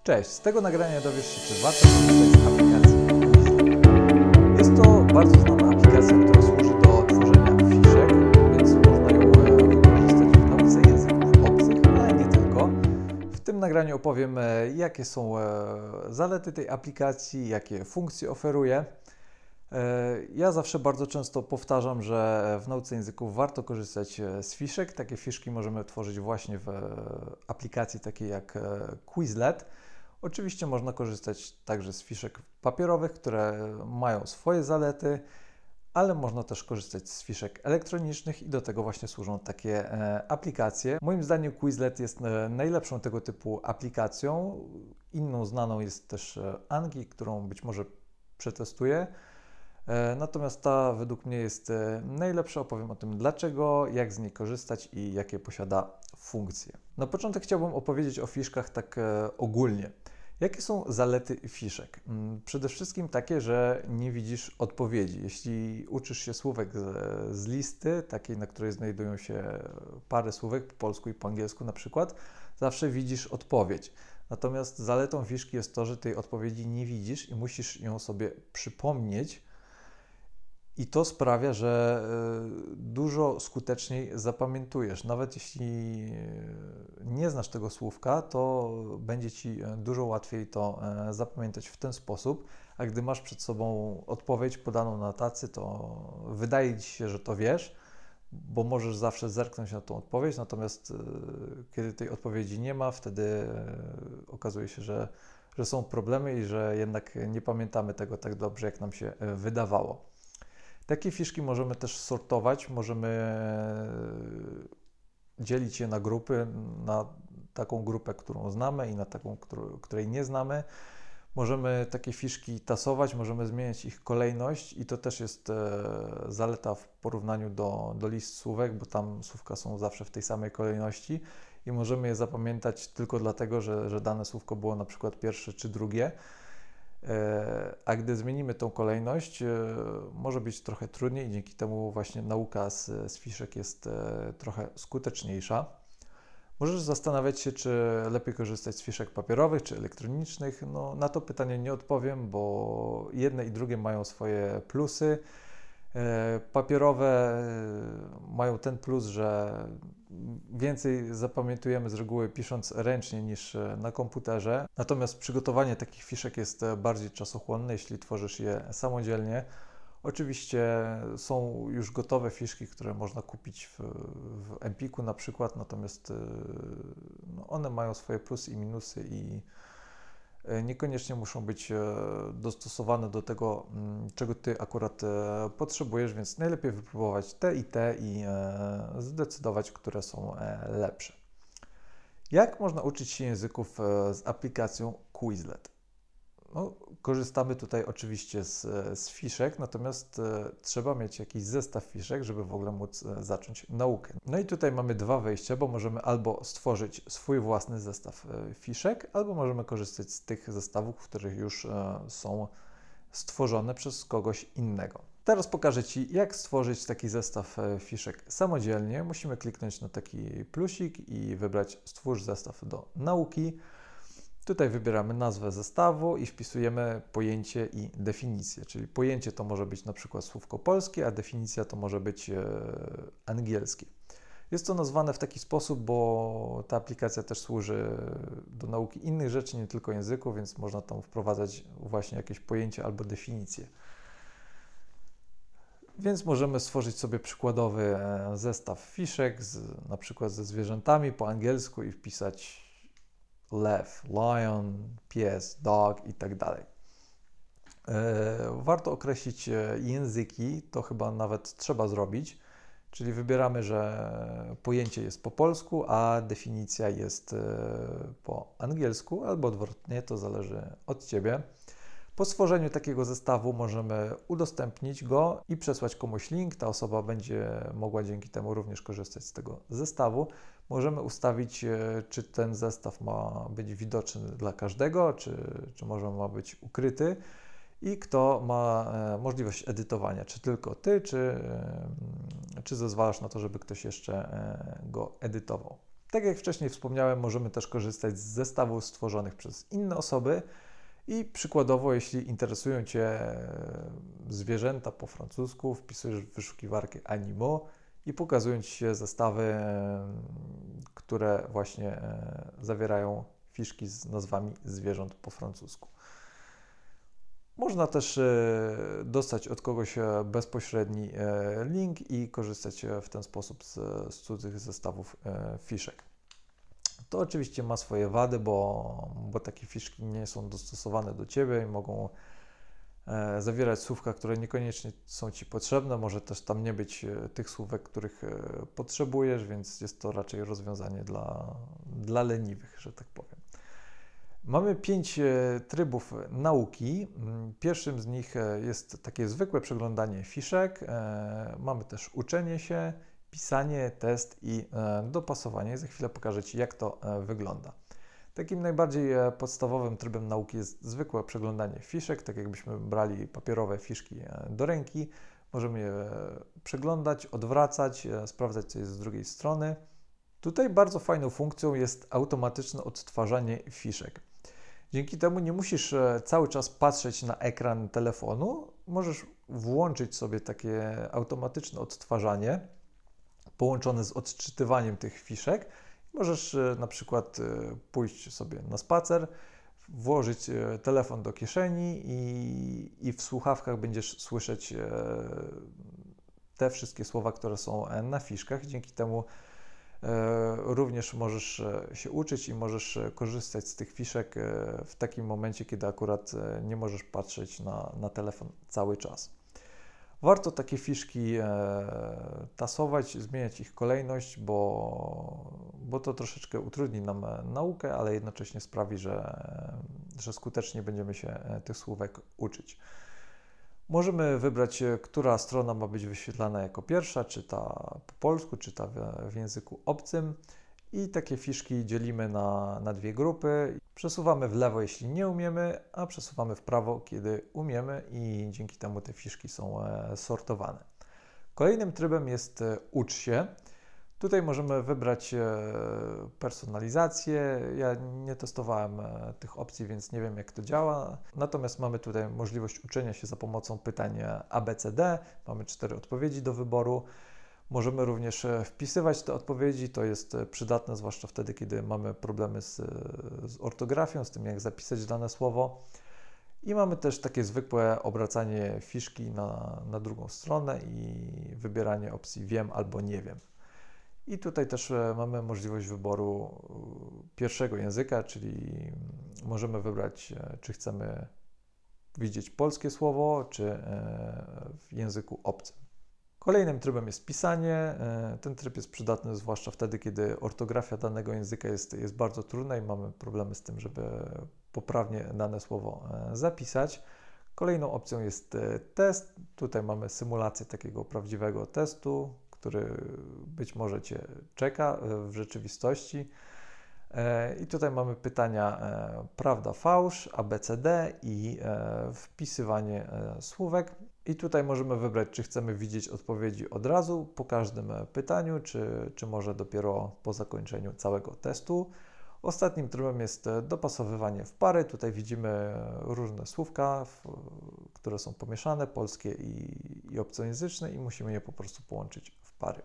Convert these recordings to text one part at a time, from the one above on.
Cześć, z tego nagrania dowiesz się, czy warto korzystać z aplikacji Quizlet. Jest to bardzo znana aplikacja, która służy do tworzenia fiszek, więc można ją wykorzystać w nauce języków obcych, ale nie tylko. W tym nagraniu opowiem, jakie są zalety tej aplikacji, jakie funkcje oferuje. Ja zawsze bardzo często powtarzam, że w nauce języków warto korzystać z fiszek. Takie fiszki możemy tworzyć właśnie w aplikacji takiej jak Quizlet. Oczywiście można korzystać także z fiszek papierowych, które mają swoje zalety, ale można też korzystać z fiszek elektronicznych i do tego właśnie służą takie aplikacje. Moim zdaniem Quizlet jest najlepszą tego typu aplikacją. Inną znaną jest też Anki, którą być może przetestuję. Natomiast ta według mnie jest najlepsza. Opowiem o tym dlaczego, jak z niej korzystać i jakie posiada funkcje. Na początek chciałbym opowiedzieć o fiszkach tak ogólnie. Jakie są zalety fiszek? Przede wszystkim takie, że nie widzisz odpowiedzi. Jeśli uczysz się słówek z listy, takiej, na której znajdują się parę słówek po polsku i po angielsku na przykład, zawsze widzisz odpowiedź. Natomiast zaletą fiszki jest to, że tej odpowiedzi nie widzisz i musisz ją sobie przypomnieć. I to sprawia, że dużo skuteczniej zapamiętujesz. Nawet jeśli nie znasz tego słówka, to będzie Ci dużo łatwiej to zapamiętać w ten sposób, a gdy masz przed sobą odpowiedź podaną na tacy, to wydaje Ci się, że to wiesz, bo możesz zawsze zerknąć na tą odpowiedź, natomiast kiedy tej odpowiedzi nie ma, wtedy okazuje się, że są problemy i że jednak nie pamiętamy tego tak dobrze, jak nam się wydawało. Takie fiszki możemy też sortować, możemy dzielić je na grupy, na taką grupę, którą znamy i na taką, której nie znamy. Możemy takie fiszki tasować, możemy zmieniać ich kolejność i to też jest zaleta w porównaniu do list słówek, bo tam słówka są zawsze w tej samej kolejności i możemy je zapamiętać tylko dlatego, że dane słówko było na przykład pierwsze czy drugie. A gdy zmienimy tą kolejność, może być trochę trudniej i dzięki temu właśnie nauka z fiszek jest trochę skuteczniejsza. Możesz zastanawiać się, czy lepiej korzystać z fiszek papierowych czy elektronicznych. No, na to pytanie nie odpowiem, bo jedne i drugie mają swoje plusy. Papierowe mają ten plus, że więcej zapamiętujemy z reguły pisząc ręcznie niż na komputerze. Natomiast przygotowanie takich fiszek jest bardziej czasochłonne, jeśli tworzysz je samodzielnie. Oczywiście są już gotowe fiszki, które można kupić w Empiku na przykład, natomiast one mają swoje plusy i minusy i niekoniecznie muszą być dostosowane do tego, czego Ty akurat potrzebujesz, więc najlepiej wypróbować te i zdecydować, które są lepsze. Jak można uczyć się języków z aplikacją Quizlet? No, korzystamy tutaj oczywiście z fiszek, natomiast trzeba mieć jakiś zestaw fiszek, żeby w ogóle móc zacząć naukę. No i tutaj mamy dwa wejścia, bo możemy albo stworzyć swój własny zestaw fiszek, albo możemy korzystać z tych zestawów, które już są stworzone przez kogoś innego. Teraz pokażę Ci, jak stworzyć taki zestaw fiszek samodzielnie. Musimy kliknąć na taki plusik i wybrać Stwórz zestaw do nauki. Tutaj wybieramy nazwę zestawu i wpisujemy pojęcie i definicję, czyli pojęcie to może być na przykład słówko polskie, a definicja to może być angielskie. Jest to nazwane w taki sposób, bo ta aplikacja też służy do nauki innych rzeczy, nie tylko języków, więc można tam wprowadzać właśnie jakieś pojęcie albo definicję. Więc możemy stworzyć sobie przykładowy zestaw fiszek, na przykład ze zwierzętami po angielsku i wpisać lew, lion, pies, dog i tak dalej. Warto określić języki, to chyba nawet trzeba zrobić, czyli wybieramy, że pojęcie jest po polsku, a definicja jest po angielsku, albo odwrotnie, to zależy od Ciebie. Po stworzeniu takiego zestawu możemy udostępnić go i przesłać komuś link. Ta osoba będzie mogła dzięki temu również korzystać z tego zestawu. Możemy ustawić, czy ten zestaw ma być widoczny dla każdego, czy może ma być ukryty i kto ma możliwość edytowania, czy tylko Ty, czy zezwalasz na to, żeby ktoś jeszcze go edytował. Tak jak wcześniej wspomniałem, możemy też korzystać z zestawów stworzonych przez inne osoby i przykładowo, jeśli interesują Cię zwierzęta po francusku, wpisujesz w wyszukiwarkę Animaux i pokazują Ci się zestawy, które właśnie zawierają fiszki z nazwami zwierząt po francusku. Można też dostać od kogoś bezpośredni link i korzystać w ten sposób z cudzych zestawów fiszek. To oczywiście ma swoje wady, bo takie fiszki nie są dostosowane do Ciebie i mogą zawierać słówka, które niekoniecznie są Ci potrzebne. Może też tam nie być tych słówek, których potrzebujesz, więc jest to raczej rozwiązanie dla leniwych, że tak powiem. Mamy 5 trybów nauki. Pierwszym z nich jest takie zwykłe przeglądanie fiszek. Mamy też uczenie się, pisanie, test i dopasowanie. Za chwilę pokażę Ci, jak to wygląda. Takim najbardziej podstawowym trybem nauki jest zwykłe przeglądanie fiszek, tak jakbyśmy brali papierowe fiszki do ręki. Możemy je przeglądać, odwracać, sprawdzać, co jest z drugiej strony. Tutaj bardzo fajną funkcją jest automatyczne odtwarzanie fiszek. Dzięki temu nie musisz cały czas patrzeć na ekran telefonu. Możesz włączyć sobie takie automatyczne odtwarzanie połączone z odczytywaniem tych fiszek. Możesz na przykład pójść sobie na spacer, włożyć telefon do kieszeni i w słuchawkach będziesz słyszeć te wszystkie słowa, które są na fiszkach. Dzięki temu również możesz się uczyć i możesz korzystać z tych fiszek w takim momencie, kiedy akurat nie możesz patrzeć na telefon cały czas. Warto takie fiszki tasować, zmieniać ich kolejność, bo to troszeczkę utrudni nam naukę, ale jednocześnie sprawi, że skutecznie będziemy się tych słówek uczyć. Możemy wybrać, która strona ma być wyświetlana jako pierwsza, czy ta po polsku, czy ta w języku obcym. I takie fiszki dzielimy na dwie grupy. Przesuwamy w lewo, jeśli nie umiemy, a przesuwamy w prawo, kiedy umiemy i dzięki temu te fiszki są sortowane. Kolejnym trybem jest ucz się. Tutaj możemy wybrać personalizację. Ja nie testowałem tych opcji, więc nie wiem, jak to działa. Natomiast mamy tutaj możliwość uczenia się za pomocą pytań ABCD. Mamy 4 odpowiedzi do wyboru. Możemy również wpisywać te odpowiedzi. To jest przydatne, zwłaszcza wtedy, kiedy mamy problemy z ortografią, z tym, jak zapisać dane słowo. I mamy też takie zwykłe obracanie fiszki na drugą stronę i wybieranie opcji wiem albo nie wiem. I tutaj też mamy możliwość wyboru pierwszego języka, czyli możemy wybrać, czy chcemy widzieć polskie słowo, czy w języku obcym. Kolejnym trybem jest pisanie. Ten tryb jest przydatny zwłaszcza wtedy, kiedy ortografia danego języka jest bardzo trudna i mamy problemy z tym, żeby poprawnie dane słowo zapisać. Kolejną opcją jest test. Tutaj mamy symulację takiego prawdziwego testu, który być może Cię czeka w rzeczywistości. I tutaj mamy pytania prawda, fałsz, ABCD i wpisywanie słówek. I tutaj możemy wybrać, czy chcemy widzieć odpowiedzi od razu po każdym pytaniu, czy może dopiero po zakończeniu całego testu. Ostatnim trybem jest dopasowywanie w pary. Tutaj widzimy różne słówka, które są pomieszane, polskie i obcojęzyczne i musimy je po prostu połączyć w pary.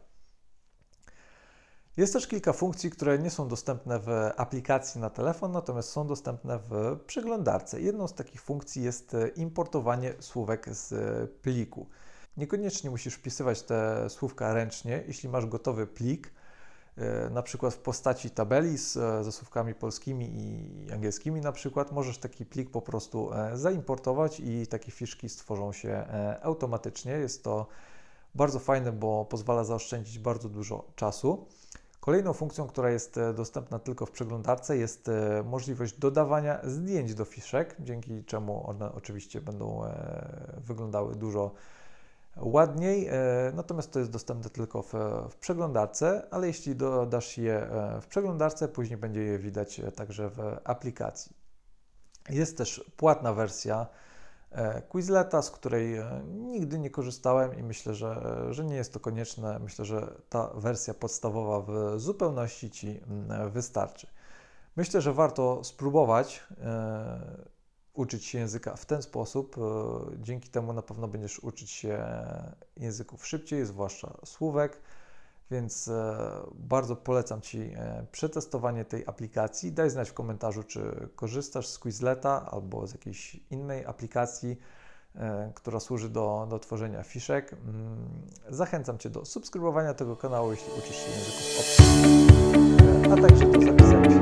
Jest też kilka funkcji, które nie są dostępne w aplikacji na telefon, natomiast są dostępne w przeglądarce. Jedną z takich funkcji jest importowanie słówek z pliku. Niekoniecznie musisz wpisywać te słówka ręcznie, jeśli masz gotowy plik, na przykład w postaci tabeli ze słówkami polskimi i angielskimi na przykład, możesz taki plik po prostu zaimportować i takie fiszki stworzą się automatycznie. Jest to bardzo fajne, bo pozwala zaoszczędzić bardzo dużo czasu. Kolejną funkcją, która jest dostępna tylko w przeglądarce, jest możliwość dodawania zdjęć do fiszek, dzięki czemu one oczywiście będą wyglądały dużo ładniej, natomiast to jest dostępne tylko w przeglądarce, ale jeśli dodasz je w przeglądarce, później będzie je widać także w aplikacji. Jest też płatna wersja Quizleta, z której nigdy nie korzystałem i myślę, że nie jest to konieczne. Myślę, że ta wersja podstawowa w zupełności Ci wystarczy. Myślę, że warto spróbować uczyć się języka w ten sposób. Dzięki temu na pewno będziesz uczyć się języków szybciej, zwłaszcza słówek, więc bardzo polecam Ci przetestowanie tej aplikacji. Daj znać w komentarzu, czy korzystasz z Quizleta albo z jakiejś innej aplikacji, która służy do tworzenia fiszek. Zachęcam Cię do subskrybowania tego kanału, jeśli uczysz się języków obcych, a także do zapisania się